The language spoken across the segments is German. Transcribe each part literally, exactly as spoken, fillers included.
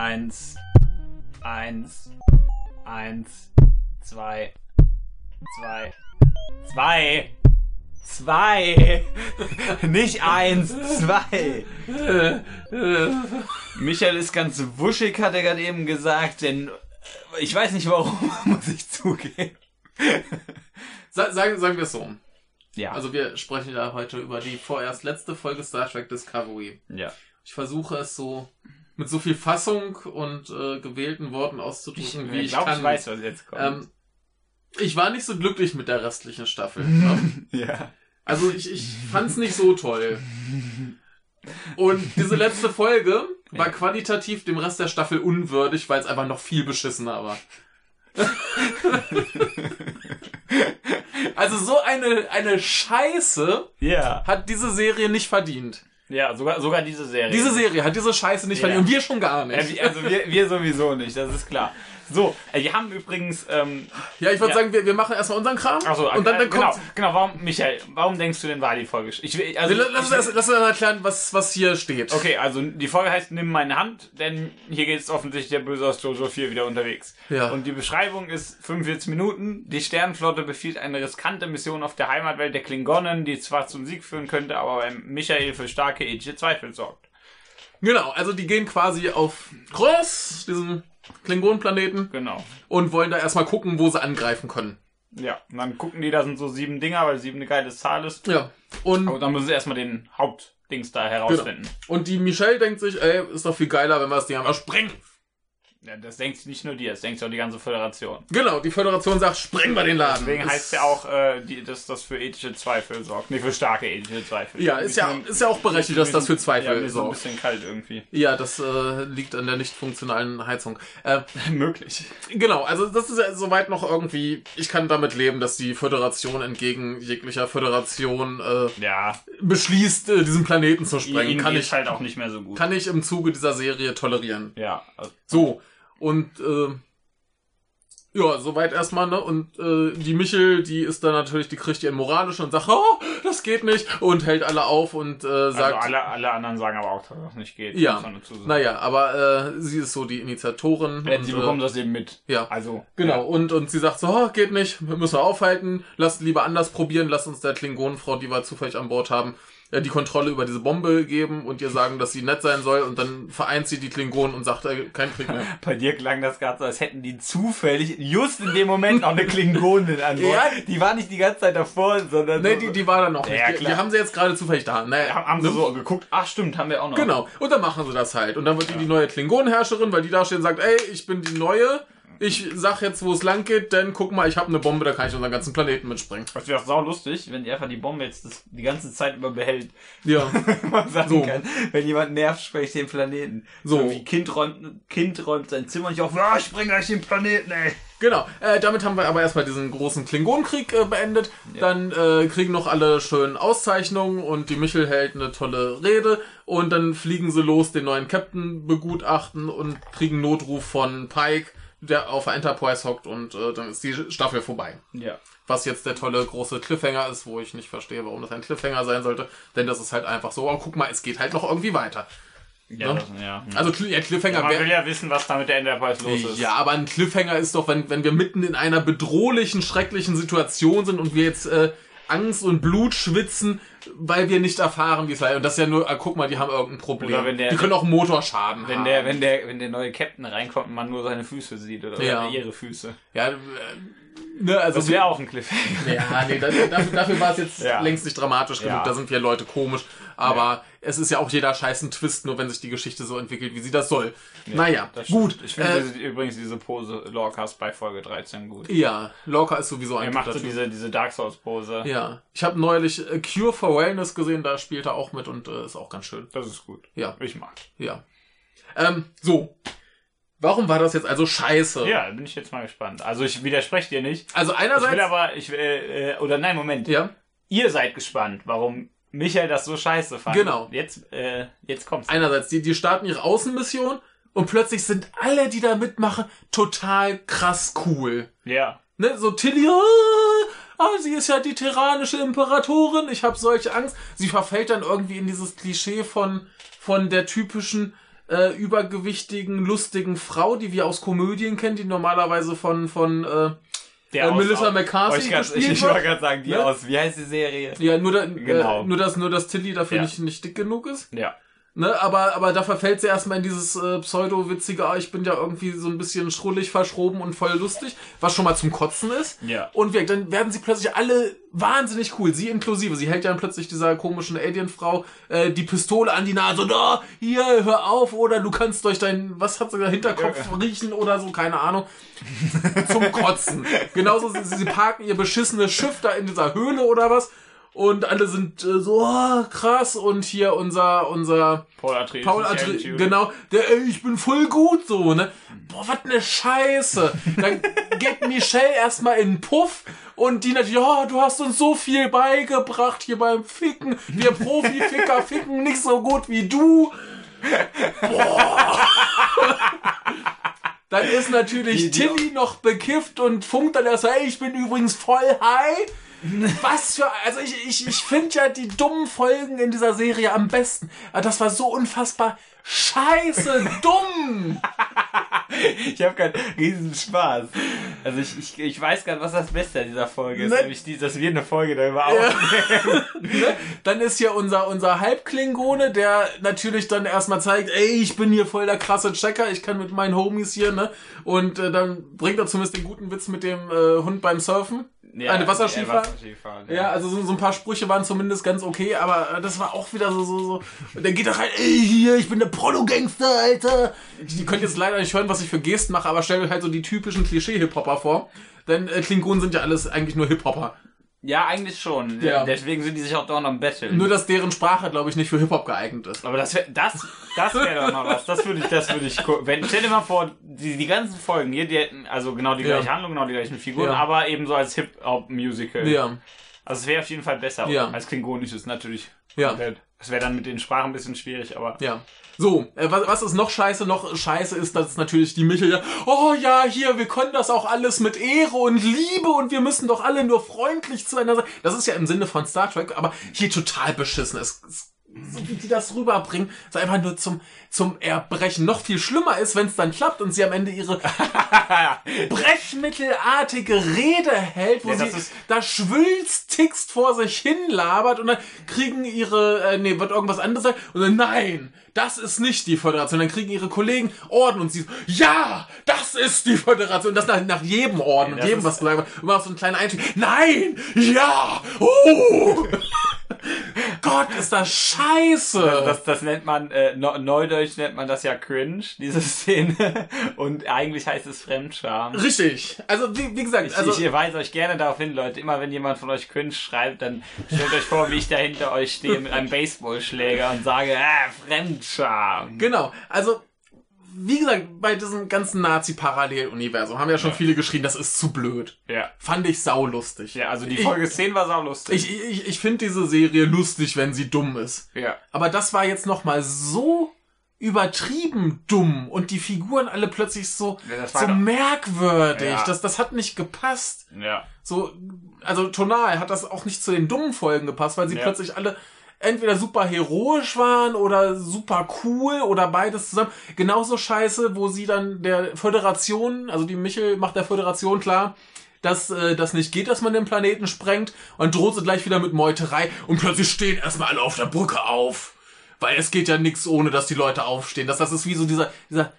Eins. Eins. Eins. Zwei. Zwei. Zwei. Zwei. Nicht eins. Zwei. Michael ist ganz wuschig, hat er gerade eben gesagt, denn ich weiß nicht warum, muss ich zugeben. Sagen, sagen wir es so. Ja. Also wir sprechen ja heute über die vorerst letzte Folge Star Trek Discovery. Ja. Ich versuche es so mit so viel Fassung und äh, gewählten Worten auszudrücken, ich, wie ich, ich glaub, kann. Ich weiß, was jetzt kommt. Ähm, ich war nicht so glücklich mit der restlichen Staffel. Ne? Ja. Also ich, ich fand's nicht so toll. Und diese letzte Folge war qualitativ dem Rest der Staffel unwürdig, weil es einfach noch viel beschissener war. Also so eine, eine Scheiße ja. hat diese Serie nicht verdient. Ja, sogar, sogar diese Serie. Diese Serie hat diese Scheiße nicht ja. verdient und wir schon gar nicht. Also wir, wir sowieso nicht, das ist klar. So, wir haben übrigens... Ähm, ja, ich würde ja. sagen, wir, wir machen erstmal unseren Kram. Ach so, und dann, dann genau, kommt... genau, warum, Michael, warum denkst du denn, war die Folge... Ich will, also, lass, ich, lass, lass uns dann erklären, was, was hier steht. Okay, also die Folge heißt Nimm meine Hand, denn hier geht es offensichtlich der Böse aus Jojo vier wieder unterwegs. Ja. Und die Beschreibung ist fünfundvierzig Minuten. Die Sternenflotte befiehlt eine riskante Mission auf der Heimatwelt der Klingonen, die zwar zum Sieg führen könnte, aber bei Michael für starke ethische Zweifel sorgt. Genau, also die gehen quasi auf Kronos, diesem Klingonenplaneten. Genau. Und wollen da erstmal gucken, wo sie angreifen können. Ja, und dann gucken die, da sind so sieben Dinger, weil sieben eine geile Zahl ist. Ja. Und aber dann müssen sie erstmal den Hauptdings da herausfinden. Genau. Und die Michelle denkt sich, ey, ist doch viel geiler, wenn wir das Ding einmal sprengen. Ja, das denkt nicht nur die, das denkt auch die ganze Föderation. Genau, die Föderation sagt, sprengen wir den Laden. Deswegen das heißt ja auch, äh, die, dass das für ethische Zweifel sorgt. Nee, für starke ethische Zweifel. Ja, ist ja, ist ja auch berechtigt, dass das für Zweifel ja, mir sorgt. ist ein bisschen kalt irgendwie. Ja, das äh, liegt an der nicht funktionalen Heizung. Äh, Möglich. Genau, also das ist ja soweit noch irgendwie, ich kann damit leben, dass die Föderation entgegen jeglicher Föderation äh, ja. beschließt, äh, diesen Planeten zu sprengen. Ihnen kann geht's ich halt auch nicht mehr so gut. Kann ich im Zuge dieser Serie tolerieren. Ja. Also so, und äh, ja, soweit erstmal, ne? Und äh, die Michel, die ist dann natürlich, die kriegt ihren moralischen und sagt, oh, das geht nicht, und hält alle auf und äh, sagt... Also alle, alle anderen sagen aber auch, dass das nicht geht. Ja, naja, aber äh, sie ist so die Initiatorin. Ja, und, sie bekommt äh, das eben mit. Ja, also genau. Ja. Und und sie sagt so, oh, geht nicht, wir müssen aufhalten, lasst lieber anders probieren, lasst uns der Klingonenfrau, die wir zufällig an Bord haben, äh, die Kontrolle über diese Bombe geben und ihr sagen, dass sie nett sein soll, und dann vereint sie die Klingonen und sagt, äh, kein Krieg mehr. Bei dir klang das gerade so, als hätten die zufällig just in dem Moment noch eine Klingonin an Bord. Ja. Die war nicht die ganze Zeit davor, sondern... Nee, so die, die war dann noch nicht. Ja, die, die haben sie jetzt gerade zufällig da. Naja, haben, haben sie so geguckt, ach stimmt, haben wir auch noch. Genau, und dann machen sie das halt. Und dann wird die ja. die neue Klingonenherrscherin, weil die da steht und sagt, ey, ich bin die Neue, ich sag jetzt, wo es lang geht, denn guck mal, ich habe eine Bombe, da kann ich unseren ganzen Planeten mitsprengen. Das wäre sau lustig, wenn die einfach die Bombe jetzt das, die ganze Zeit über behält. Ja. Man sagen so. kann, wenn jemand nervt, spreng ich den Planeten. So. so wie Kind räumt, Kind räumt sein Zimmer nicht auf, ah, ich spreng gleich den Planeten, ey. Genau, äh, damit haben wir aber erstmal diesen großen Klingonenkrieg äh, beendet. Ja. Dann äh, kriegen noch alle schön Auszeichnungen und die Michel hält eine tolle Rede und dann fliegen sie los, den neuen Captain begutachten und kriegen Notruf von Pike, der auf der Enterprise hockt, und äh, dann ist die Staffel vorbei. Ja. Was jetzt der tolle große Cliffhanger ist, wo ich nicht verstehe, warum das ein Cliffhanger sein sollte, denn das ist halt einfach so, oh, guck mal, es geht halt noch irgendwie weiter. Ja, ne? das, ja. Also ja, Cliffhanger ja, man wär, will ja wissen, was da mit der Enterprise los ist. Ja, aber ein Cliffhanger ist doch, wenn, wenn wir mitten in einer bedrohlichen, schrecklichen Situation sind und wir jetzt äh, Angst und Blut schwitzen, weil wir nicht erfahren, wie es war. Und das ist ja nur, ah, guck mal, die haben irgendein Problem. Oder wenn der, die können auch Motorschaden wenn haben. Der, wenn, der, wenn der neue Captain reinkommt und man nur seine Füße sieht oder, ja. oder ihre Füße. Ja, äh, ne, also das wäre auch ein Cliffhanger. Ja, nee, dafür, dafür war es jetzt ja. längst nicht dramatisch genug. Ja. Da sind ja Leute komisch. Aber ja. es ist ja auch jeder Scheiß ein Twist, nur wenn sich die Geschichte so entwickelt, wie sie das soll. Ja, naja, das gut. Ich finde äh, übrigens diese Pose Lorcas bei Folge dreizehn gut. Ja, Lorca ist sowieso ein Er macht so diese, diese Dark Souls Pose. Ja, ich habe neulich äh, Cure for Wellness gesehen, da spielt er auch mit und äh, ist auch ganz schön. Das ist gut. Ja. Ich mag. Ja. Ähm, so. Warum war das jetzt also scheiße? Ja, bin ich jetzt mal gespannt. Also ich widerspreche dir nicht. Also einerseits... Ich will aber, ich will, äh, oder nein, Moment. Ja. Ihr seid gespannt, warum Michael das so scheiße fand. Genau. Jetzt, äh, jetzt kommt's. Einerseits, die, die starten ihre Außenmission und plötzlich sind alle, die da mitmachen, total krass cool. Ja. Ne, so Tilly, ah, ah, sie ist ja die tyrannische Imperatorin, ich habe solche Angst. Sie verfällt dann irgendwie in dieses Klischee von, von der typischen äh, übergewichtigen, lustigen Frau, die wir aus Komödien kennen, die normalerweise von von äh, Der äh, aus- Melissa aus- McCarthy Ich, grad- gespielt ich, ich wird. wollte gerade sagen, die Ne? aus, wie heißt die Serie? Ja, nur, da, Genau. äh, nur, dass, nur dass Tilly dafür Ja. nicht, nicht dick genug ist. Ja. Ne, aber, aber da verfällt sie erstmal in dieses äh, pseudo-witzige, ah, ich bin ja irgendwie so ein bisschen schrullig, verschroben und voll lustig, was schon mal zum Kotzen ist. Ja. Und wir, dann werden sie plötzlich alle wahnsinnig cool, sie inklusive. Sie hält ja dann plötzlich dieser komischen Alien-Frau äh, die Pistole an die Nase und, oh, hier, hör auf, oder du kannst durch deinen, was hat sie da, Hinterkopf riechen oder so, keine Ahnung. Zum Kotzen. Genauso, sie, sie parken ihr beschissenes Schiff da in dieser Höhle oder was. Und alle sind äh, so, oh, krass. Und hier unser, unser Paul Atreides. Paul Atreides, genau, der, ey, ich bin voll gut, so, ne? Boah, was ne Scheiße. Dann geht Michelle erstmal in den Puff und die natürlich, oh, du hast uns so viel beigebracht hier beim Ficken. Wir Profi-Ficker ficken nicht so gut wie du. Boah. Dann ist natürlich Die- die- Tilly noch bekifft und funkt dann erst, hey, ich bin übrigens voll high. Was für, also ich, ich, ich finde ja die dummen Folgen in dieser Serie am besten. Aber das war so unfassbar scheiße dumm. Ich habe gerade riesen Spaß. Also ich, ich, ich weiß gar nicht, was das Beste an dieser Folge ist. Ne? Nämlich die, dass wir eine Folge darüber Ja. aufnehmen. Ne? Dann ist hier unser, unser Halbklingone, der natürlich dann erstmal zeigt, ey, ich bin hier voll der krasse Checker, ich kann mit meinen Homies hier, ne? Und äh, dann bringt er zumindest den guten Witz mit dem äh, Hund beim Surfen. Ja, Eine Wasserskifahrt. ja, Wasserskifahren, Ja, also so, so ein paar Sprüche waren zumindest ganz okay, aber äh, das war auch wieder so, so, so. Und dann geht er rein, ey, hier, ich bin der Prolo-Gangster, Alter. Ich, ihr könnt jetzt leider nicht hören, was ich für Gesten mache, aber stellt euch halt so die typischen Klischee-Hip-Hopper vor. Denn äh, Klingonen sind ja alles eigentlich nur Hip-Hopper. Ja, eigentlich schon. Ja. Deswegen sind die sich auch dauernd am Battlen. Nur, dass deren Sprache, glaube ich, nicht für Hip-Hop geeignet ist. Aber das wäre das, das wäre doch mal was. Das würde ich, das würde ich gu- wenn stell dir mal vor, die, die ganzen Folgen hier, die hätten also genau die Ja. gleiche Handlung, genau die gleichen Figuren, Ja. aber eben so als Hip-Hop-Musical. Ja. Also es wäre auf jeden Fall besser. Ja. Als Klingonisches natürlich. Ja. Es wäre dann mit den Sprachen ein bisschen schwierig, aber Ja. So, äh, was, was ist noch scheiße? Noch scheiße ist, dass natürlich die Michel ja, oh ja, hier, wir können das auch alles mit Ehre und Liebe und wir müssen doch alle nur freundlich zueinander sein. Das ist ja im Sinne von Star Trek, aber hier total beschissen. Es, es, so wie die das rüberbringen, ist einfach nur zum, zum Erbrechen. Noch viel schlimmer ist, wenn es dann klappt und sie am Ende ihre brechmittelartige Rede hält, wo Ja, das sie ist- da schwülstigst vor sich hin labert und dann kriegen ihre, äh, nee, wird irgendwas anderes sagen und dann, nein, das ist nicht die Föderation. Dann kriegen ihre Kollegen Orden und sie so, ja, das ist die Föderation. Das nach, nach jedem Orden und das jedem ist- was gesagt wird. Und man auch so einen kleinen Einstieg, nein, ja, oh. Gott, ist das scheiße. das, das nennt man, äh, Neu- Neudeutsch nennt man das ja cringe, diese Szene. Und eigentlich heißt es Fremdscham. Richtig. Also, wie, wie gesagt, Ich, also, ich weise euch gerne darauf hin, Leute. Immer wenn jemand von euch cringe schreibt, dann stellt euch vor, wie ich da hinter euch stehe mit einem Baseballschläger und sage, ah, Fremdscham. genau. Also, wie gesagt, bei diesem ganzen Nazi-Paralleluniversum haben ja schon viele geschrien, das ist zu blöd. Ja. Fand ich saulustig. Ja, also die Ich- Folge zehn war saulustig. Ich, ich, ich finde diese Serie lustig, wenn sie dumm ist. Ja. Aber das war jetzt nochmal so übertrieben dumm und die Figuren alle plötzlich so, Ja, das war so doch- merkwürdig. Ja. Das, das hat nicht gepasst. Ja. So, also tonal hat das auch nicht zu den dummen Folgen gepasst, weil sie Ja. plötzlich alle entweder super heroisch waren oder super cool oder beides zusammen. Genauso scheiße, wo sie dann der Föderation, also die Michel macht der Föderation klar, dass äh, das nicht geht, dass man den Planeten sprengt und droht sie gleich wieder mit Meuterei und plötzlich stehen erstmal alle auf der Brücke auf. Weil es geht ja nichts, ohne dass die Leute aufstehen. Das, das ist wie so dieser, dieser,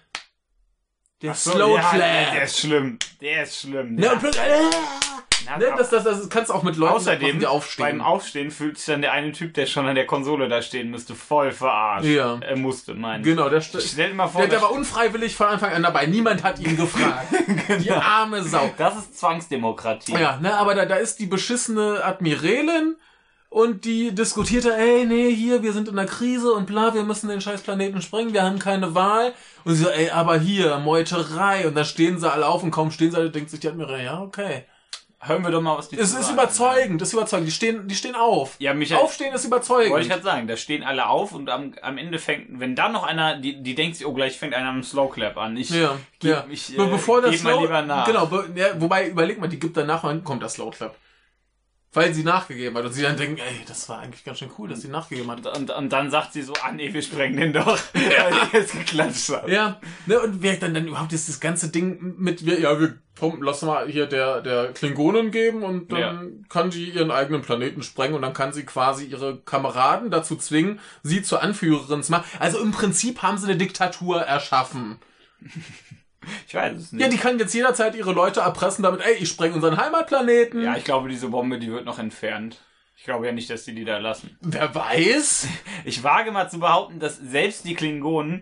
der Ach so, Slow ja, Clap. Der ist schlimm. Der ist schlimm. Ne, Ja. und plötzlich, äh, Na, ne, ab- das, das, das kannst du auch mit Leuten machen, Außerdem, die aufstehen. beim Aufstehen fühlt sich dann der eine Typ, der schon an der Konsole da stehen müsste, voll verarscht. Ja. Er musste, meinen. Genau, der, st- Stell dir mal vor, der, der das- war unfreiwillig von Anfang an dabei. Niemand hat ihn gefragt. Die arme Sau. das ist Zwangsdemokratie. Ja, ne, aber da, da ist die beschissene Admiralin und die diskutiert da, ey, nee, hier, wir sind in der Krise und bla, wir müssen den scheiß Planeten sprengen, wir haben keine Wahl. Und sie so, ey, aber hier, Meuterei. Und da stehen sie alle auf und kaum stehen sie alle, denkt sich die Admiralin, ja, okay. Hören wir doch mal, was die Es zu ist sagen überzeugend, das ist überzeugend. Die stehen, die stehen auf. Ja, Michael- Aufstehen ist überzeugend. Wollte ich gerade sagen, da stehen alle auf und am, am Ende fängt, wenn dann noch einer, die, die denkt sich, oh, gleich fängt einer am Slow Clap an. Ich Ja, geb ja. mich, äh, Be- bevor das geb mal Slow, lieber nach. Genau, be, ja, wobei, überleg mal, die gibt danach und dann kommt das Slow Clap. Weil sie nachgegeben hat. Und sie dann denken, ey, das war eigentlich ganz schön cool, dass sie nachgegeben hat. Und, und dann sagt sie so, ah nee, wir sprengen den doch. Ja. Weil ich jetzt geklatscht habe. Ja, ne, und wer dann, dann überhaupt ist das ganze Ding mit, wir, ja, wir komm, lass mal hier der, der Klingonen geben und dann ja. kann die ihren eigenen Planeten sprengen und dann kann sie quasi ihre Kameraden dazu zwingen, sie zur Anführerin zu machen. Also im Prinzip haben sie eine Diktatur erschaffen. Ich weiß es nicht. Ja, die kann jetzt jederzeit ihre Leute erpressen damit, ey, ich spreng unseren Heimatplaneten. Ja, ich glaube, diese Bombe, die wird noch entfernt. Ich glaube ja nicht, dass die die da lassen. Wer weiß? Ich wage mal zu behaupten, dass selbst die Klingonen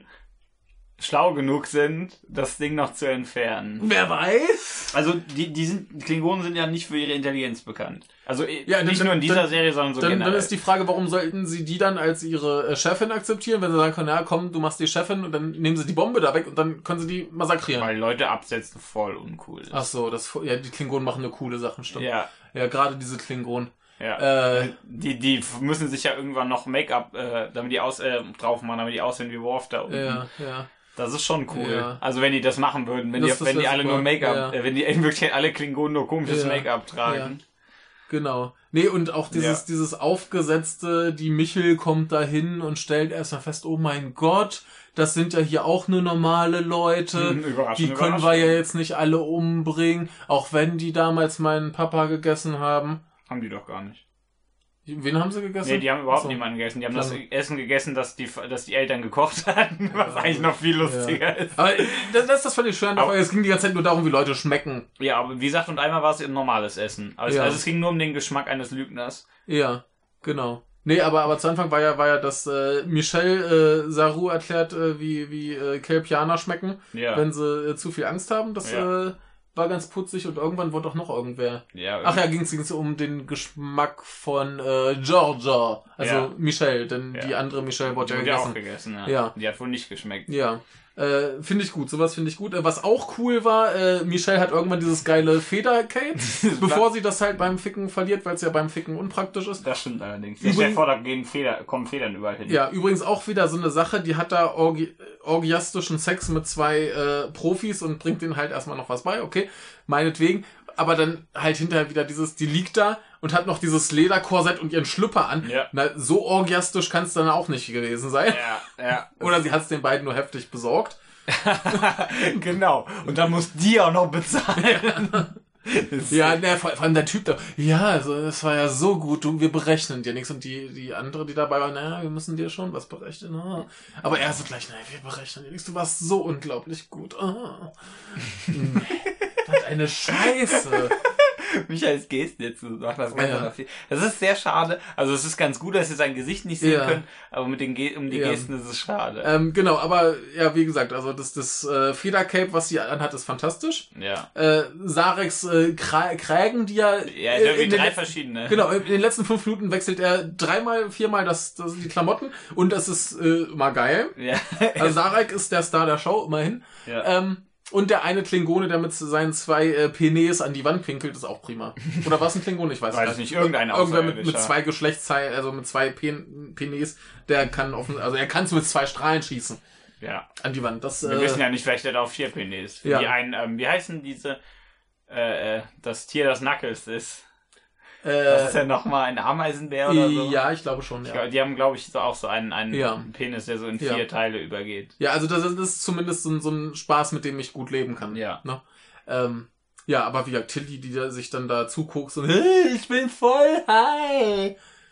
schlau genug sind, das Ding noch zu entfernen. Wer weiß? Also, die, die, sind, die Klingonen sind ja nicht für ihre Intelligenz bekannt. Also, ja, nicht dann, nur in dieser dann, Serie, sondern so dann, generell. Dann ist die Frage, warum sollten sie die dann als ihre Chefin akzeptieren, wenn sie sagen können, ja, komm, du machst die Chefin und dann nehmen sie die Bombe da weg und dann können sie die massakrieren. Weil Leute absetzen voll uncool ist. Ach so, das, ja, die Klingonen machen eine coole Sachen, stimmt. Ja. Ja, gerade diese Klingonen. Ja. Äh, die, die müssen sich ja irgendwann noch Make-up, äh, damit die aus, äh, drauf machen, damit die aussehen wie Worf da unten. Ja, ja. Das ist schon cool. Ja. Also wenn die das machen würden, wenn das, die, wenn die alle super. nur Make-up, ja. äh, wenn die in Wirklichkeit alle Klingonen nur komisches ja. Make-up tragen. Ja. Genau. Nee, und auch dieses, ja. dieses aufgesetzte, die Michel kommt dahin und stellt erstmal fest, oh mein Gott, das sind ja hier auch nur normale Leute. Hm, die können wir ja jetzt nicht alle umbringen, auch wenn die damals meinen Papa gegessen haben. Haben die doch gar nicht. Wen haben sie gegessen? Nee, die haben überhaupt so. niemanden gegessen. Die haben Klar. das Essen gegessen, das die, das die Eltern gekocht hatten, was ja, eigentlich noch viel lustiger ja. ist. Aber das, das ist das völlig schön, aber es ging die ganze Zeit nur darum, wie Leute schmecken. Ja, aber wie gesagt, und einmal war es ein normales Essen. Also, ja. also es ging nur um den Geschmack eines Lügners. Ja, genau. Nee, aber, aber zu Anfang war ja, war ja, dass äh, Michelle äh, Saru erklärt, äh, wie, wie äh, Kelpianer schmecken, ja. wenn sie äh, zu viel Angst haben. Das ja. äh, war ganz putzig und irgendwann wurde doch noch irgendwer. Ja, Ach ja, ging es um den Geschmack von äh, Georgia. Also ja. Michelle, denn ja. die andere Michelle wurde die ja gegessen. gegessen. auch gegessen, ja. ja. Die hat wohl nicht geschmeckt. Ja. Äh, finde ich gut, sowas finde ich gut. Äh, was auch cool war, äh, Michelle hat irgendwann dieses geile Federcape, bevor sie das halt beim Ficken verliert, weil es ja beim Ficken unpraktisch ist. Das stimmt allerdings. Ich stell vor, da gehen Feder, kommen Federn überall hin. Ja, übrigens auch wieder so eine Sache, die hat da orgi orgiastischen Sex mit zwei äh, Profis und bringt denen halt erstmal noch was bei, okay, meinetwegen. Aber dann halt hinterher wieder dieses, die liegt da und hat noch dieses Lederkorsett und ihren Schlüpper an. Ja. Na, so orgiastisch kann es dann auch nicht gewesen sein. Ja, ja. Oder sie hat es den beiden nur heftig besorgt. Genau. Und dann muss die auch noch bezahlen. Ja, ne, vor, vor allem der Typ da, ja, also das war ja so gut, du, wir berechnen dir nichts. Und die, die andere, die dabei war, naja, wir müssen dir schon was berechnen. Ah. Aber er so gleich, naja, wir berechnen dir nichts, du warst so unglaublich gut. Ah. Nee, das ist eine Scheiße. Michaels Gesten jetzt macht das Ganze ja. noch viel. Das ist sehr schade. Also es ist ganz gut, dass ihr sein Gesicht nicht sehen ja. könnt, aber mit den Ge um die ja. Gesten ist es schade. Ähm, genau, aber ja, wie gesagt, also das, das äh, Federcape, was sie anhat, ist fantastisch. Ja. Äh, Sareks äh, Krä Krägen, die ja... Ja, äh, irgendwie in drei den verschiedene. Genau, in den letzten fünf Minuten wechselt er dreimal, viermal das, das die Klamotten und das ist äh, immer geil. Ja. Also Sarek ist der Star der Show, immerhin. Ja. Ähm, und der eine Klingone, der mit seinen zwei äh, Penis an die Wand pinkelt, ist auch prima. Oder was ein Klingone? Ich weiß, weiß nicht. nicht. Irgendein Irgendwer mit, mit Außerirdischer. zwei Geschlechtsteilen, also mit zwei Pen Penis, der kann offen, also er kann es mit zwei Strahlen schießen. Ja. An die Wand. Das, Wir äh, wissen ja nicht, vielleicht hat er auch vier Penis. Ja. Wie ein, ähm, wie heißen diese, äh, äh, das Tier, das Knuckles ist. äh, Das ist ja nochmal ein Ameisenbär oder so. Ja, ich glaube schon, ja. Ich glaub, die haben, glaube ich, so auch so einen, einen Ja. Penis, der so in Ja. vier Teile übergeht. Ja, also das, das ist zumindest so, ein- so ein Spaß, mit dem ich gut leben kann. Ja. Ne? Ähm, ja, aber wie gesagt, Tilly, die da sich dann da zuguckt und hey, ich bin voll high.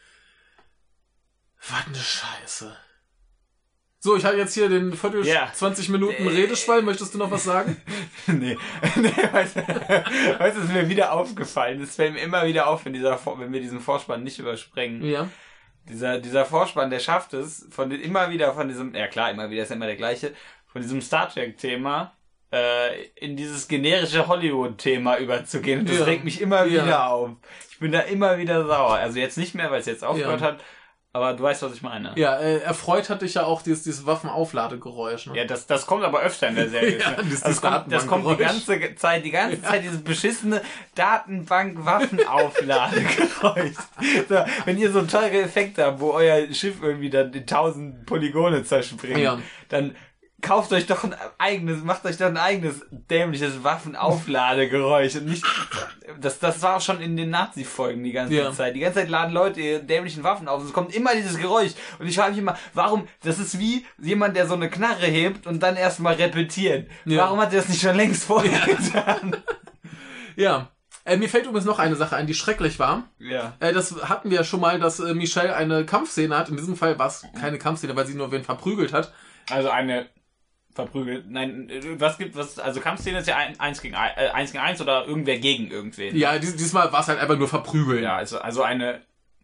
Was eine Scheiße. So, ich habe jetzt hier den Viertel, Ja. zwanzig Minuten Redeschwall. Möchtest du noch was sagen? nee, nee, weißt du, weißt du, ist mir wieder aufgefallen. Es fällt mir immer wieder auf, wenn, dieser, Vor- wenn wir diesen Vorspann nicht überspringen. Ja. Dieser, dieser Vorspann, der schafft es, von den, immer wieder von diesem, ja klar, immer wieder ist ja immer der gleiche, von diesem Star Trek-Thema äh, in dieses generische Hollywood-Thema überzugehen. Und das Ja. regt mich immer Ja. wieder auf. Ich bin da immer wieder sauer. Also jetzt nicht mehr, weil es jetzt aufgehört Ja. hat, aber du weißt, was ich meine. Ja, äh, erfreut hat dich ja auch dieses, dieses Waffenaufladegeräusch. Ne? Ja, das, das kommt aber öfter in der Serie. Ja, das, das- das, das kommt, das kommt die Datenbankgeräusch. ganze Zeit, die ganze Zeit dieses beschissene Datenbank-Waffenaufladegeräusch. So, wenn ihr so teure Effekte habt, wo euer Schiff irgendwie dann in tausend Polygone zerspringt, Ja. dann kauft euch doch ein eigenes, macht euch doch ein eigenes dämliches Waffenaufladegeräusch und nicht, das, das war auch schon in den Nazi-Folgen die ganze Ja. Zeit. Die ganze Zeit laden Leute ihre dämlichen Waffen auf und es kommt immer dieses Geräusch und ich frage mich immer, warum, das ist wie jemand, der so eine Knarre hebt und dann erstmal repetiert. Ja. Warum hat er das nicht schon längst vorher getan? Ja. Äh, mir fällt übrigens noch eine Sache ein, die schrecklich war. Ja. Äh, das hatten wir ja schon mal, dass äh, Michelle eine Kampfszene hat. In diesem Fall war es keine Kampfszene, weil sie nur wen verprügelt hat. Also eine verprügelt. Nein, was gibt was? Also Kampfszene ist ja ein, eins gegen ein, äh, eins gegen eins oder irgendwer gegen irgendwen. Ja, dies, diesmal war es halt einfach nur verprügeln. Ja, also also eine.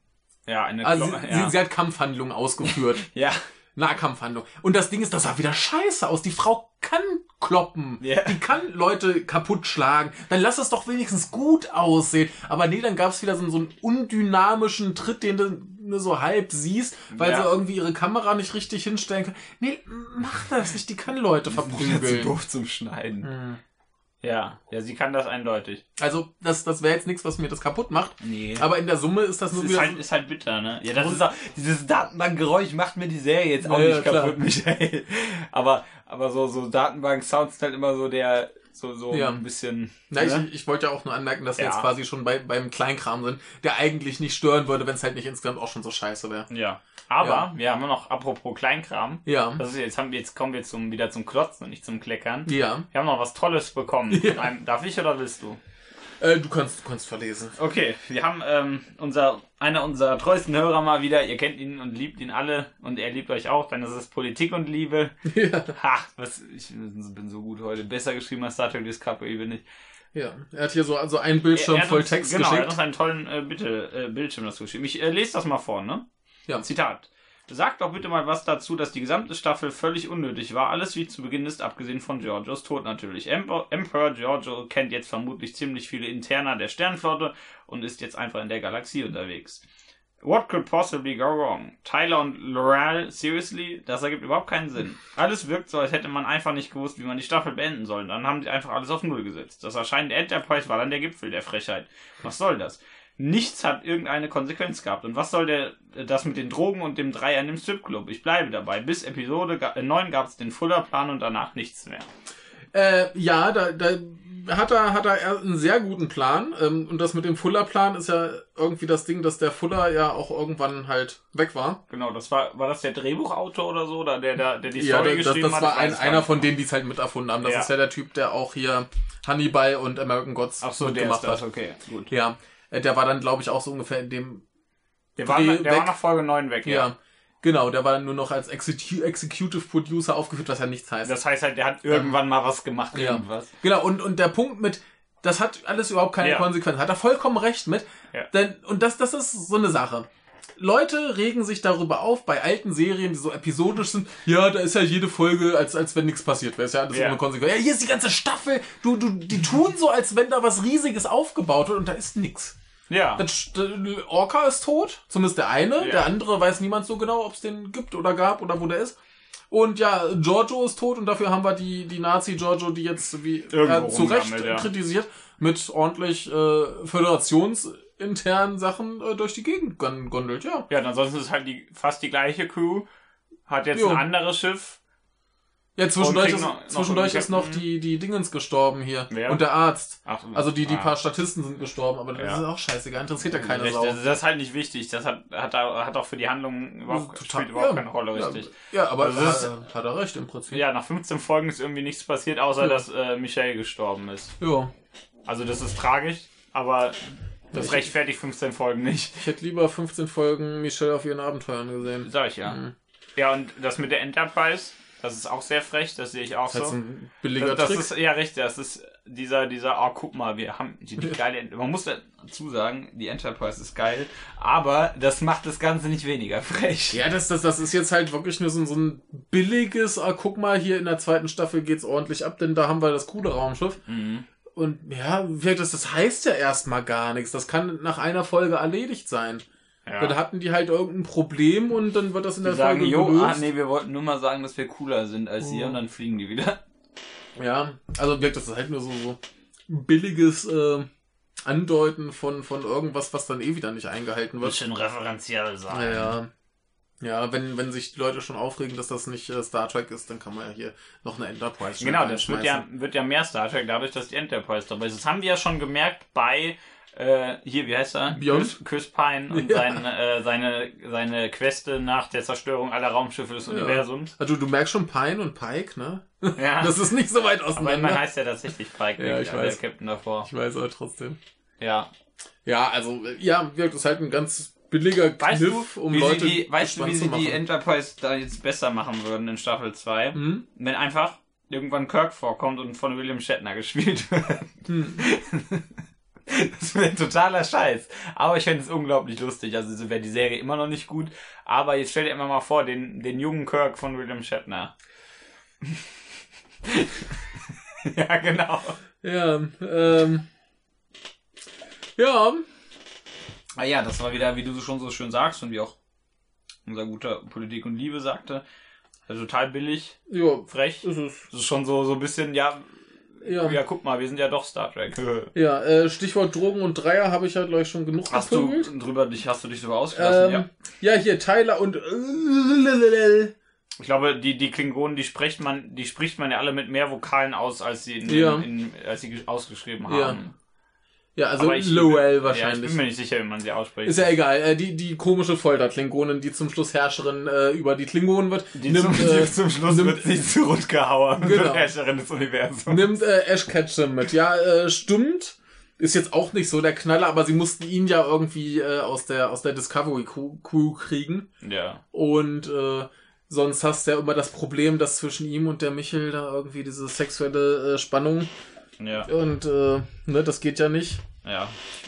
Ja, eine. Also Klo- sie, ja. sie, sie hat Kampfhandlungen ausgeführt. ja. Nahkampfhandlung. Und das Ding ist, das sah wieder scheiße aus. Die Frau kann kloppen. Ja. Die kann Leute kaputt schlagen. Dann lass es doch wenigstens gut aussehen. Aber nee, dann gab es wieder so, so einen undynamischen Tritt, den du nur so halb siehst, weil Ja. sie irgendwie ihre Kamera nicht richtig hinstellen kann. Nee, mach das nicht. Die kann Leute Zu verprügeln. doof zum Schneiden. Hm. Ja, ja, sie kann das eindeutig. Also, das, das wäre jetzt nichts, was mir das kaputt macht. Nee. Aber in der Summe ist das nur Das ist wieder... halt, ist halt bitter, ne? Ja, das ist auch, dieses Datenbankgeräusch macht mir die Serie jetzt auch Ja, nicht ja, kaputt, klar. Michael. Aber, aber so, so Datenbank-Sounds sind halt immer so der, so, so Ja. ein bisschen, Na, ne? ich, ich wollte ja auch nur anmerken, dass wir Ja. jetzt quasi schon bei, beim Kleinkram sind, der eigentlich nicht stören würde, wenn es halt nicht insgesamt auch schon so scheiße wäre. Ja. Aber, Ja. wir haben noch, apropos Kleinkram, Ja. das ist jetzt, haben wir, jetzt kommen wir zum, wieder zum Klotzen und nicht zum Kleckern. Ja. Wir haben noch was Tolles bekommen. Ja. Von einem, darf ich oder willst du? Äh, du kannst, du kannst verlesen. Okay, wir haben ähm, unser, einer unserer treuesten Hörer mal wieder, ihr kennt ihn und liebt ihn alle und er liebt euch auch, dann ist es Politik und Liebe. Ja. Ha, was, ich bin so gut heute. Besser geschrieben als Star Trek Discovery bin ich. Ja. Er hat hier so also einen Bildschirm Er- er hat voll uns, Text genau, er hat geschickt. uns einen tollen äh, bitte, äh, Bildschirm dazu geschrieben. Ich äh, lese das mal vor, ne? Ja. Zitat. Sagt doch bitte mal was dazu, dass die gesamte Staffel völlig unnötig war. Alles wie zu Beginn ist, abgesehen von Giorgios Tod natürlich. Emperor, Emperor Giorgio kennt jetzt vermutlich ziemlich viele Interna der Sternenflotte und ist jetzt einfach in der Galaxie unterwegs. What could possibly go wrong? Tyler und L'Oreal, seriously? Das ergibt überhaupt keinen Sinn. Alles wirkt so, als hätte man einfach nicht gewusst, wie man die Staffel beenden soll. Dann haben sie einfach alles auf Null gesetzt. Das Erscheinen der Enterprise war dann der Gipfel der Frechheit. Was soll das? Nichts hat irgendeine Konsequenz gehabt. Und was soll der das mit den Drogen und dem Dreier in dem Stripclub? Ich bleibe dabei. Bis Episode neun gab es den Fuller-Plan und danach nichts mehr. Äh, ja, da, da hat er, hat er einen sehr guten Plan. Ähm, und das mit dem Fuller-Plan ist ja irgendwie das Ding, dass der Fuller ja auch irgendwann halt weg war. Genau, das war, war das der Drehbuchautor oder so? Oder der, der, der die Ja, Story das, geschrieben das hat? war Ich ein, weiß einer gar von nicht. denen, die es halt mit erfunden haben. Das Ja. ist ja der Typ, der auch hier Hannibal und American Gods Ach so, der gemacht ist das, hat. okay, gut. Ja, äh, der war dann, glaube ich, auch so ungefähr in dem... Der, war, Dreh der weg. war nach Folge neun weg, Ja, ja. genau, der war dann nur noch als Execu Executive Producer aufgeführt, was ja nichts heißt. Das heißt halt, der hat irgendwann mal was gemacht, Ja. irgendwas. Genau, und, und der Punkt mit, das hat alles überhaupt keine Ja. Konsequenz. Hat er vollkommen recht mit. Ja. Denn, und das, das ist so eine Sache. Leute regen sich darüber auf, bei alten Serien, die so episodisch sind, ja, da ist ja jede Folge, als, als wenn nichts passiert wäre. Ist ja alles Ja. ohne Konsequenz. Ja, hier ist die ganze Staffel. Du, du, die tun so, als wenn da was Riesiges aufgebaut wird und da ist nix. Ja. Das, äh, Orca ist tot, zumindest der eine. Ja. Der andere weiß niemand so genau, ob es den gibt oder gab oder wo der ist. Und ja, Giorgio ist tot und dafür haben wir die, die Nazi-Giorgio, die jetzt wie Irgendwo äh, zu Recht rumgammelt, ja. kritisiert, mit ordentlich äh, föderationsinternen Sachen äh, durch die Gegend gon- gondelt, ja. Ja, und ansonsten ist halt die, fast die gleiche Crew. Hat jetzt Jo. ein anderes Schiff. Ja, zwischendurch, kriegen ist, noch- noch zwischendurch einen ist noch Captain. die, die Dingens gestorben hier. Wer? Und der Arzt. Ach, Also die, die ah. paar Statisten sind gestorben, aber das Ja. ist auch scheißegal, interessiert ja keine Richtig, Sau. das, das ist halt nicht wichtig. Das hat, hat, da- hat auch für die Handlung überhaupt, spielt überhaupt ja, keine Rolle, ja, richtig. Ja, aber Also das hat, hat er recht im Prinzip. Ja, nach fünfzehn Folgen ist irgendwie nichts passiert, außer Ja. dass äh, Michelle gestorben ist. Ja. Also das ist tragisch, aber das Ich- rechtfertigt fünfzehn Folgen nicht. Ich hätte lieber fünfzehn Folgen Michelle auf ihren Abenteuern gesehen. Sag ich ja. Mhm. Ja, und das mit der Enterprise, das ist auch sehr frech, das sehe ich auch Das ist halt so. so ein billiger Das, das Trick. ist, ja, richtig, das ist dieser, dieser, oh, guck mal, wir haben die, die geile, Ent- man muss dazu sagen, die Enterprise ist geil, aber das macht das Ganze nicht weniger frech. Ja, das, das, das ist jetzt halt wirklich nur so, so ein billiges, ah, guck mal, hier in der zweiten Staffel geht's ordentlich ab, denn da haben wir das coole Raumschiff. Mhm. Und ja, wie das, das heißt ja erstmal gar nichts. Das kann nach einer Folge erledigt sein. Ja. Dann hatten die halt irgendein Problem und dann wird das in der Die sagen, Folge jo, gelöst. ah, nee, wir wollten nur mal sagen, dass wir cooler sind als ihr Mhm. und dann fliegen die wieder. Ja, also wirkt das ist halt nur so, so billiges äh, Andeuten von, von irgendwas, was dann eh wieder nicht eingehalten wird. Bisschen referenziell sein. Naja. Ja, wenn, wenn sich die Leute schon aufregen, dass das nicht äh, Star Trek ist, dann kann man ja hier noch eine Enterprise Genau, das wird ja, wird ja mehr Star Trek, dadurch, dass die Enterprise dabei ist. Das haben wir ja schon gemerkt bei, äh, hier, wie heißt er? Chris, Chris Pine und ja. sein, äh, seine, seine Queste nach der Zerstörung aller Raumschiffe des ja. Universums. Also du merkst schon Pine und Pike, ne? Ja. Das ist nicht so weit auseinander. Aber man heißt ja tatsächlich Pike, ja, ich weiß. Der Captain davor. Ich weiß aber trotzdem. Ja. Ja, also, ja, das ist halt ein ganz billiger weißt Kniff, du, um wie Leute sie die, Weißt du, wie sie die Enterprise da jetzt besser machen würden in Staffel zwei? Hm? Wenn einfach irgendwann Kirk vorkommt und von William Shatner gespielt wird. Hm. Das wäre ein totaler Scheiß. Aber ich fände es unglaublich lustig. Also so wäre die Serie immer noch nicht gut. Aber jetzt stell dir immer mal vor, den, den jungen Kirk von William Shatner. Ja, genau. Ja, ähm... Ja... Ah ja, das war wieder, wie du schon so schön sagst und wie auch unser guter Politik und Liebe sagte, also total billig, ja, frech. Ist es. Das ist schon so, so ein bisschen, ja, ja, ja, guck mal, wir sind ja doch Star Trek. Ja, äh, Stichwort Drogen und Dreier habe ich halt, glaube ich, schon genug hast gepöbelt. Du drüber dich, hast du dich drüber ausgelassen, ähm, ja? Ja, hier, Tyler und... Ich glaube, die, die Klingonen, die spricht man, die spricht man ja alle mit mehr Vokalen aus, als sie, in, ja. in, in, als sie ausgeschrieben haben. Ja. Ja, also ich, Lowell wahrscheinlich. Ja, ich bin mir nicht sicher, wie man sie ausspricht. Ist ja egal. Äh, die, die komische Folter-Klingonin, die zum Schluss Herrscherin äh, über die Klingonen wird. Die nimmt, zum, äh, zum Schluss nimmt, wird sie zurückgehauen. Genau. Wird Herrscherin des Universums. Nimmt äh, Ash Ketchum mit. Ja, äh, stimmt. Ist jetzt auch nicht so der Knaller, aber sie mussten ihn ja irgendwie äh, aus der aus der Discovery Crew kriegen. Ja. Und äh, sonst hast du ja immer das Problem, dass zwischen ihm und der Michel da irgendwie diese sexuelle äh, Spannung. Ja. Und äh, ne, das geht ja nicht. Ja.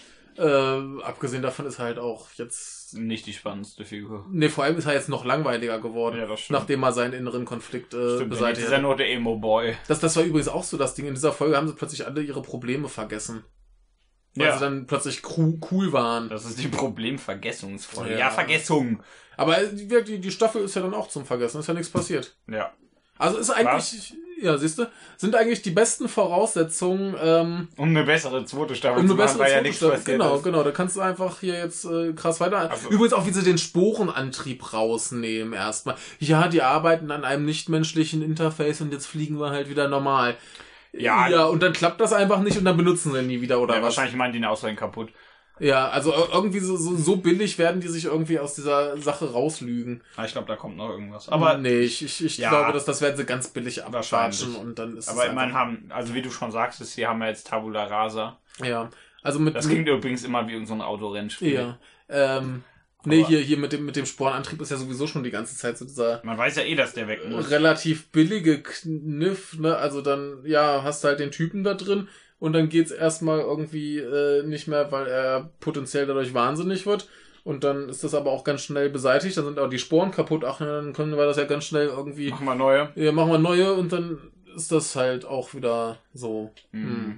Äh, abgesehen davon ist er halt auch jetzt... Nicht die spannendste Figur. Ne, vor allem ist er jetzt noch langweiliger geworden, ja, das stimmt. nachdem er seinen inneren Konflikt äh, stimmt, beseitigt hat. Jetzt ist er nur der Emo-Boy. Das, das war übrigens auch so das Ding. In dieser Folge haben sie plötzlich alle ihre Probleme vergessen. Weil ja. sie dann plötzlich cool waren. Das ist die Problemvergessungsfolge. Ja. Ja, Vergessung. Aber die, die, die Staffel ist ja dann auch zum Vergessen. Ist ja nichts passiert. Ja. Also ist eigentlich... Was? Ja, siehst du, sind eigentlich die besten Voraussetzungen, ähm, um eine bessere zweite Staffel um eine zu machen, bessere weil ja zweite nichts Staffel. passiert Genau, ist. genau. Da kannst du einfach hier jetzt äh, krass weiter. Also. Übrigens auch, wie sie den Sporenantrieb rausnehmen erstmal. Ja, die arbeiten an einem nichtmenschlichen Interface und jetzt fliegen wir halt wieder normal. Ja. Ja, und dann klappt das einfach nicht und dann benutzen sie nie wieder, oder ja, was? Wahrscheinlich meinen die ihn außerdem kaputt. Ja, also irgendwie so, so, so billig werden die sich irgendwie aus dieser Sache rauslügen. Ich glaube, da kommt noch irgendwas. Aber nee, ich, ich, ich ja, glaube, dass das werden sie ganz billig abschatschen und dann ist aber es immerhin haben, also wie du schon sagst, hier haben wir jetzt Tabula Rasa. Ja, also mit... Das klingt mit, übrigens immer wie so ein Autorennspiel. Ja, ähm... Nee, hier, hier mit dem, mit dem Sporenantrieb ist ja sowieso schon die ganze Zeit so dieser... Man weiß ja eh, dass der weg muss. Relativ billige Kniff, ne? Also dann, ja, hast du halt den Typen da drin und dann geht's erstmal irgendwie äh, nicht mehr, weil er potenziell dadurch wahnsinnig wird. Und dann ist das aber auch ganz schnell beseitigt. Dann sind auch die Sporen kaputt. Ach, dann können wir das ja ganz schnell irgendwie... Machen wir neue. Ja, machen wir neue und dann ist das halt auch wieder so... Mhm.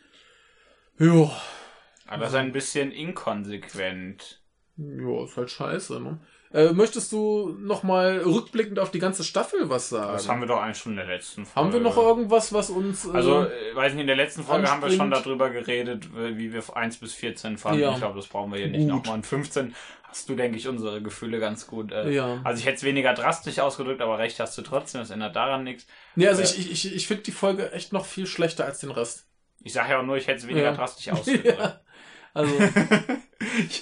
Hm. Jo. Aber das ist ein bisschen inkonsequent. Ja, ist halt scheiße, ne? Äh, möchtest du nochmal rückblickend auf die ganze Staffel was sagen? Das haben wir doch eigentlich schon in der letzten Folge. Haben wir noch irgendwas, was uns... Äh, also, äh, weiß nicht, in der letzten Folge anspringt? haben wir schon darüber geredet, wie wir eins bis vierzehn fanden. Ja. Ich glaube, das brauchen wir hier nicht nochmal. In fünfzehn hast du, denke ich, unsere Gefühle ganz gut. Äh, ja. Also ich hätte es weniger drastisch ausgedrückt, aber recht hast du trotzdem, das ändert daran nichts. Nee, also äh, ich, ich, ich finde die Folge echt noch viel schlechter als den Rest. Ich sage ja auch nur, ich hätte es weniger ja. drastisch ausgedrückt. Ja. Also... ich,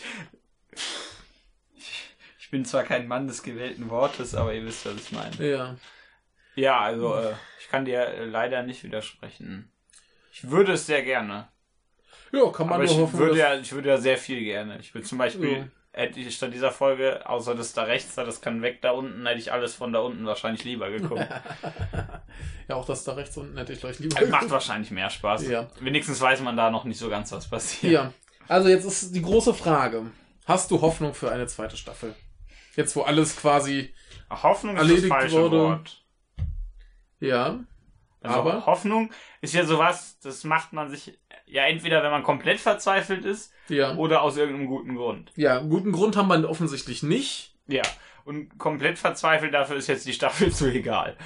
Ich bin zwar kein Mann des gewählten Wortes, aber ihr wisst, was ich meine. Ja. Ja, also äh, ich kann dir äh, leider nicht widersprechen. Ich würde es sehr gerne. Ja, kann man aber nur ich hoffen, würde ja, ich würde ja sehr viel gerne. Ich würde zum Beispiel, ja. hätte ich statt dieser Folge, außer das da rechts da, das kann weg da unten, hätte ich alles von da unten wahrscheinlich lieber geguckt. Ja, auch das da rechts unten hätte ich gleich lieber Macht geguckt. Macht wahrscheinlich mehr Spaß. Ja. Wenigstens weiß man da noch nicht so ganz, was passiert. Ja, also jetzt ist die große Frage. Hast du Hoffnung für eine zweite Staffel? Jetzt, wo alles quasi Hoffnung ist erledigt das falsche wurde. Wort. Ja, also aber Hoffnung ist ja sowas, das macht man sich ja entweder, wenn man komplett verzweifelt ist, ja. oder aus irgendeinem guten Grund. Ja, guten Grund haben wir offensichtlich nicht. Ja, und komplett verzweifelt, dafür ist jetzt die Staffel zu egal.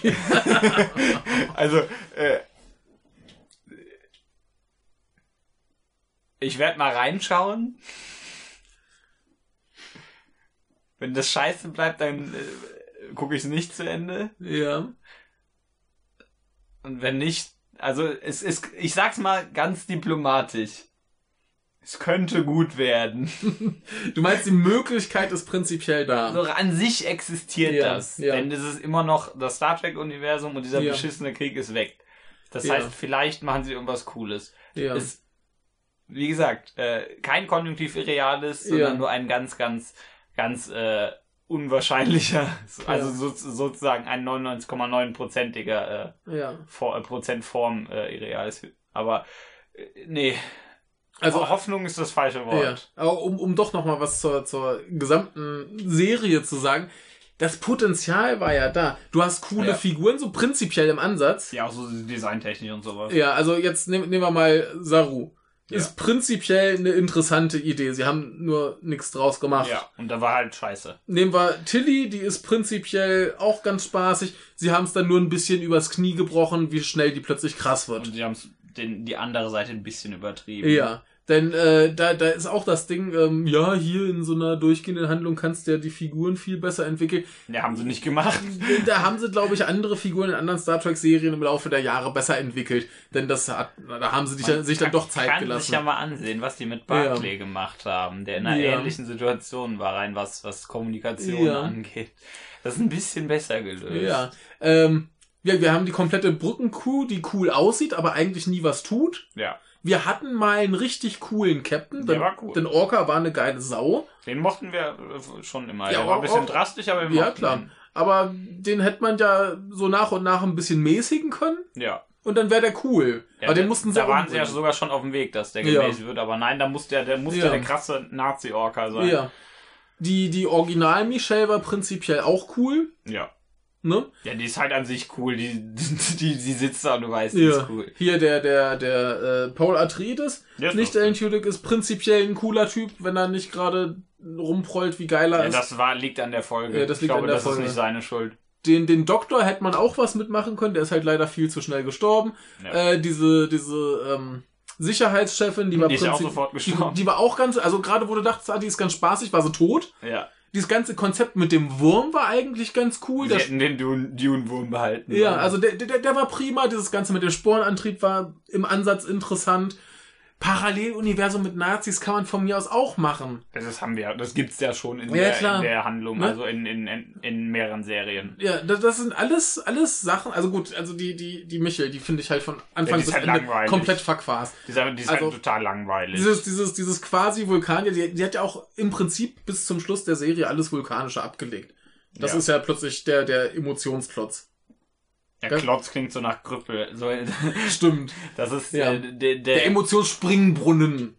Also, äh, ich werde mal reinschauen. wenn das scheiße bleibt, dann äh, gucke ich es nicht zu Ende. Ja. Und wenn nicht, also es ist, ich sag's mal ganz diplomatisch. Es könnte gut werden. Du meinst, die Möglichkeit ist prinzipiell da. So an sich existiert ja, das. Ja. Denn es ist immer noch das Star Trek-Universum und dieser ja. beschissene Krieg ist weg. Das ja. heißt, vielleicht machen sie irgendwas Cooles. Ja. Es, wie gesagt, äh, kein Konjunktiv Irreales, sondern ja. nur ein ganz, ganz, ganz äh, unwahrscheinlicher, also ja. so, sozusagen ein neunundneunzig Komma neun prozentiger äh, ja. For, äh, Prozentform äh, Irreales. Aber äh, nee. Also Hoffnung ist das falsche Wort. Ja. Aber um, um doch noch mal was zur, zur gesamten Serie zu sagen, das Potenzial war ja da. Du hast coole ja. Figuren, so prinzipiell im Ansatz. Ja, auch so designtechnisch und sowas. Ja, also jetzt nehmen, nehmen wir mal Saru. Ja. Ist prinzipiell eine interessante Idee. Sie haben nur nichts draus gemacht. Ja, und da war halt scheiße. Nehmen wir Tilly, die ist prinzipiell auch ganz spaßig. Sie haben es dann nur ein bisschen übers Knie gebrochen, wie schnell die plötzlich krass wird. Und sie haben die andere Seite ein bisschen übertrieben. Ja. Denn äh, da, da ist auch das Ding, ähm, ja, hier in so einer durchgehenden Handlung kannst du ja die Figuren viel besser entwickeln. Ja, haben sie nicht gemacht. Da haben sie, glaube ich, andere Figuren in anderen Star Trek-Serien im Laufe der Jahre besser entwickelt. Denn das hat, da haben sie sich, sich dann doch Zeit kann gelassen. Kann sich ja mal ansehen, was die mit Barclay ja. gemacht haben, der in einer ja. ähnlichen Situation war, rein was, was Kommunikation ja. angeht. Das ist ein bisschen besser gelöst. Ja, ähm, wir, wir haben die komplette Brückencrew, die cool aussieht, aber eigentlich nie was tut. Ja. Wir hatten mal einen richtig coolen Captain. Der denn, war cool. Denn Orca war eine geile Sau. Den mochten wir schon immer. Ja, der war ein bisschen auch, drastisch, aber wir ja, mochten klar. ihn. Aber den hätte man ja so nach und nach ein bisschen mäßigen können. Ja. Und dann wäre der cool. Ja, aber den mussten sie Da waren sie ja umbringen. sogar schon auf dem Weg, dass der Ja. gemäßigt wird. Aber nein, da musste der, der, musste Ja. der krasse Nazi-Orca sein. Ja. Die, die Original-Michelle war prinzipiell auch cool. Ja. Ne? Ja, die ist halt an sich cool. Die, die, die, die sitzt da und du weißt, die Ja. ist cool. Hier der, der, der äh, Paul Atreides, Der ist nicht lustig. Alan Tudyk, ist prinzipiell ein cooler Typ, wenn er nicht gerade rumprollt, wie geil er Ja, ist. das war, liegt an der Folge. Ja, das liegt ich glaube, an der das Folge. ist nicht seine Schuld. Den, den Doktor hätte man auch was mitmachen können, der ist halt leider viel zu schnell gestorben. Ja. Äh, diese diese ähm, Sicherheitschefin, die war Die ist ja auch prinzip- sofort die, gestorben. die war auch ganz, also gerade wo du dachtest, ah, die ist ganz spaßig, war sie tot. Ja. Dieses ganze Konzept mit dem Wurm war eigentlich ganz cool. Sie Das, hätten den Dune- Dune-Wurm behalten ja, sollen. also der, der, der war prima. Dieses Ganze mit dem Sporenantrieb war im Ansatz interessant. Paralleluniversum mit Nazis kann man von mir aus auch machen. Das haben wir, das gibt's ja schon in, Ja, der, klar. in der Handlung, Ne? also in, in, in, in mehreren Serien. Ja, das, das sind alles alles Sachen. Also gut, also die die die Michel, die finde ich halt von Anfang Ja, die ist bis halt Ende langweilig. komplett verquast. Die ist, halt- die ist Also, halt total langweilig. Dieses dieses dieses quasi Vulkan, die, die hat ja auch im Prinzip bis zum Schluss der Serie alles Vulkanische abgelegt. Das Ja. ist ja plötzlich der der Emotionsklotz. Der Klotz klingt so nach Krüppel. So, Stimmt. das ist Ja. äh, der, Der der, Emotionsspringbrunnen.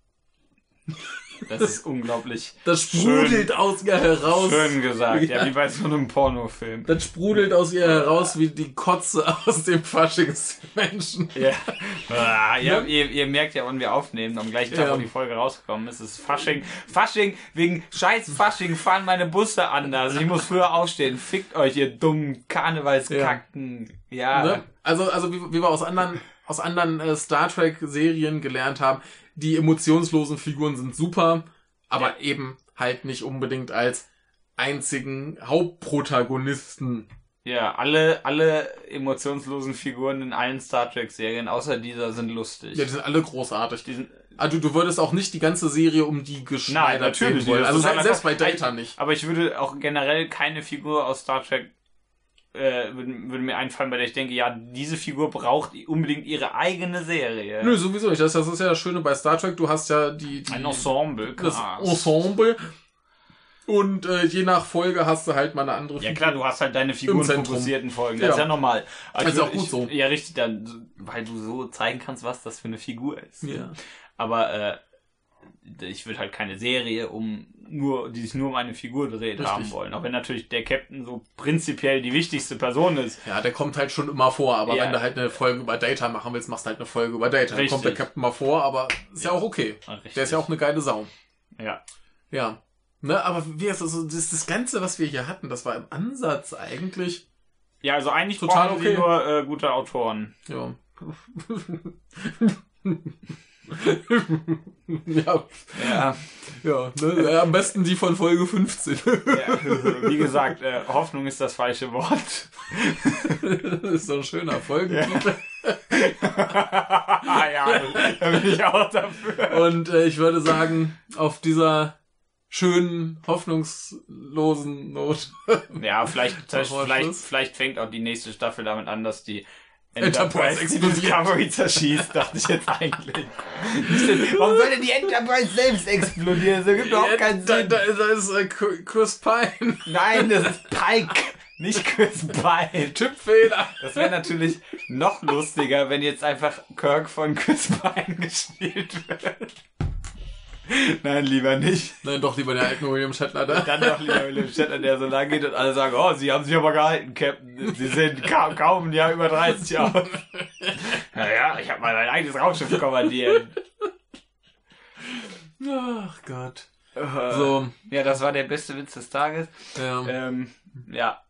das ist unglaublich Das sprudelt schön, aus ihr heraus. schön gesagt. Ja. Ja. wie bei so einem Pornofilm. Das sprudelt aus ihr heraus wie die Kotze aus dem Faschingsmenschen. Ja, ah, ja Ne? ihr, ihr merkt ja, wann wir aufnehmen, am gleichen Tag, Ja. wo die Folge rausgekommen ist. Es ist Fasching. Fasching, wegen scheiß Fasching fahren meine Busse anders. Ich muss früher aufstehen. Fickt euch, ihr dummen Karnevalskacken. Ja. Ne? Also, also wie, wie wir aus anderen, aus anderen äh, Star Trek-Serien gelernt haben, die emotionslosen Figuren sind super, aber Ja. eben halt nicht unbedingt als einzigen Hauptprotagonisten. Ja, alle, alle emotionslosen Figuren in allen Star Trek-Serien, außer dieser, sind lustig. Ja, die sind alle großartig. Die sind, Also du würdest auch nicht die ganze Serie um die Nein, geschneidert natürlich sehen wollen. nicht. Also Das ist se- selbst bei total- Data nicht. aber ich würde auch generell keine Figur aus Star Trek äh, würde, würde mir einfallen, bei der ich denke, ja, diese Figur braucht unbedingt ihre eigene Serie. Nö, sowieso nicht. Das, das ist ja das Schöne bei Star Trek. Du hast ja die, die Ein Ensemble, das krass. Ensemble. Und äh, je nach Folge hast du halt mal eine andere Ja klar, du hast halt deine Figuren Zentrum. fokussierten Folgen, das Ja. ist ja normal. Aber Das ich ist würd- auch gut ich, so. Ja, richtig, dann, weil du so zeigen kannst, was das für eine Figur ist. Ja. Aber äh, ich würde halt keine Serie, um nur, die sich nur um eine Figur dreht, Richtig. haben wollen. Auch wenn natürlich der Captain so prinzipiell die wichtigste Person ist. Ja, der kommt halt schon immer vor, aber Ja. wenn du halt eine Folge über Data machen willst, machst du halt eine Folge über Data. Dann Richtig. kommt der Captain mal vor, aber ist ja, Ja. auch okay. Ah, richtig. Der ist ja auch eine geile Sau. Ja. Ja. Ne, aber wie ist das, so, das, das Ganze, was wir hier hatten, das war im Ansatz eigentlich, Ja, also eigentlich Total brauchen okay. sie nur äh, gute Autoren. ja. ja. Ja. Ja, ne? Ja, am besten die von Folge fünfzehn. Ja, wie gesagt, äh, Hoffnung ist das falsche Wort. Das ist so ein schöner Folgentitel. Ja, ja, da bin ich auch dafür. Und äh, ich würde sagen, auf dieser schönen, hoffnungslosen Not. Ja, vielleicht, vielleicht, Schluss. vielleicht fängt auch die nächste Staffel damit an, dass die Enterprise die explodiert. Discovery zerschießt, dachte ich jetzt eigentlich. Warum soll denn die Enterprise selbst explodieren? Das ergibt überhaupt keinen Da, Sinn. da, da ist äh, Chris Pine. Nein, das ist Pike, nicht Chris Pine. Tippfehler. Das wäre natürlich noch lustiger, wenn jetzt einfach Kirk von Chris Pine gespielt wird. Nein, lieber nicht. Nein, doch lieber der alten William Shatner da. Dann doch lieber William Shatner, der so lang geht und alle sagen, oh, Sie haben sich aber gehalten, Captain. Sie sind kaum, kaum ein Jahr über dreißig Jahre. Naja, ich habe mal ein eigenes Raumschiff kommandiert. Ach Gott. So. So, Ja, das war der beste Witz des Tages. ja. Ähm, ja.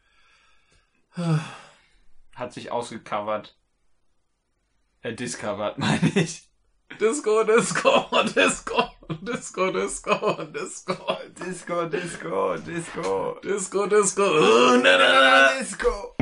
Hat sich ausgecovert. Äh, discovered, meine ich. Disco, Disco, Disco, Disco, Disco, Disco. Disco, Disco, Disco. Disco, Disco. Uh, na, na, na, na. Disco.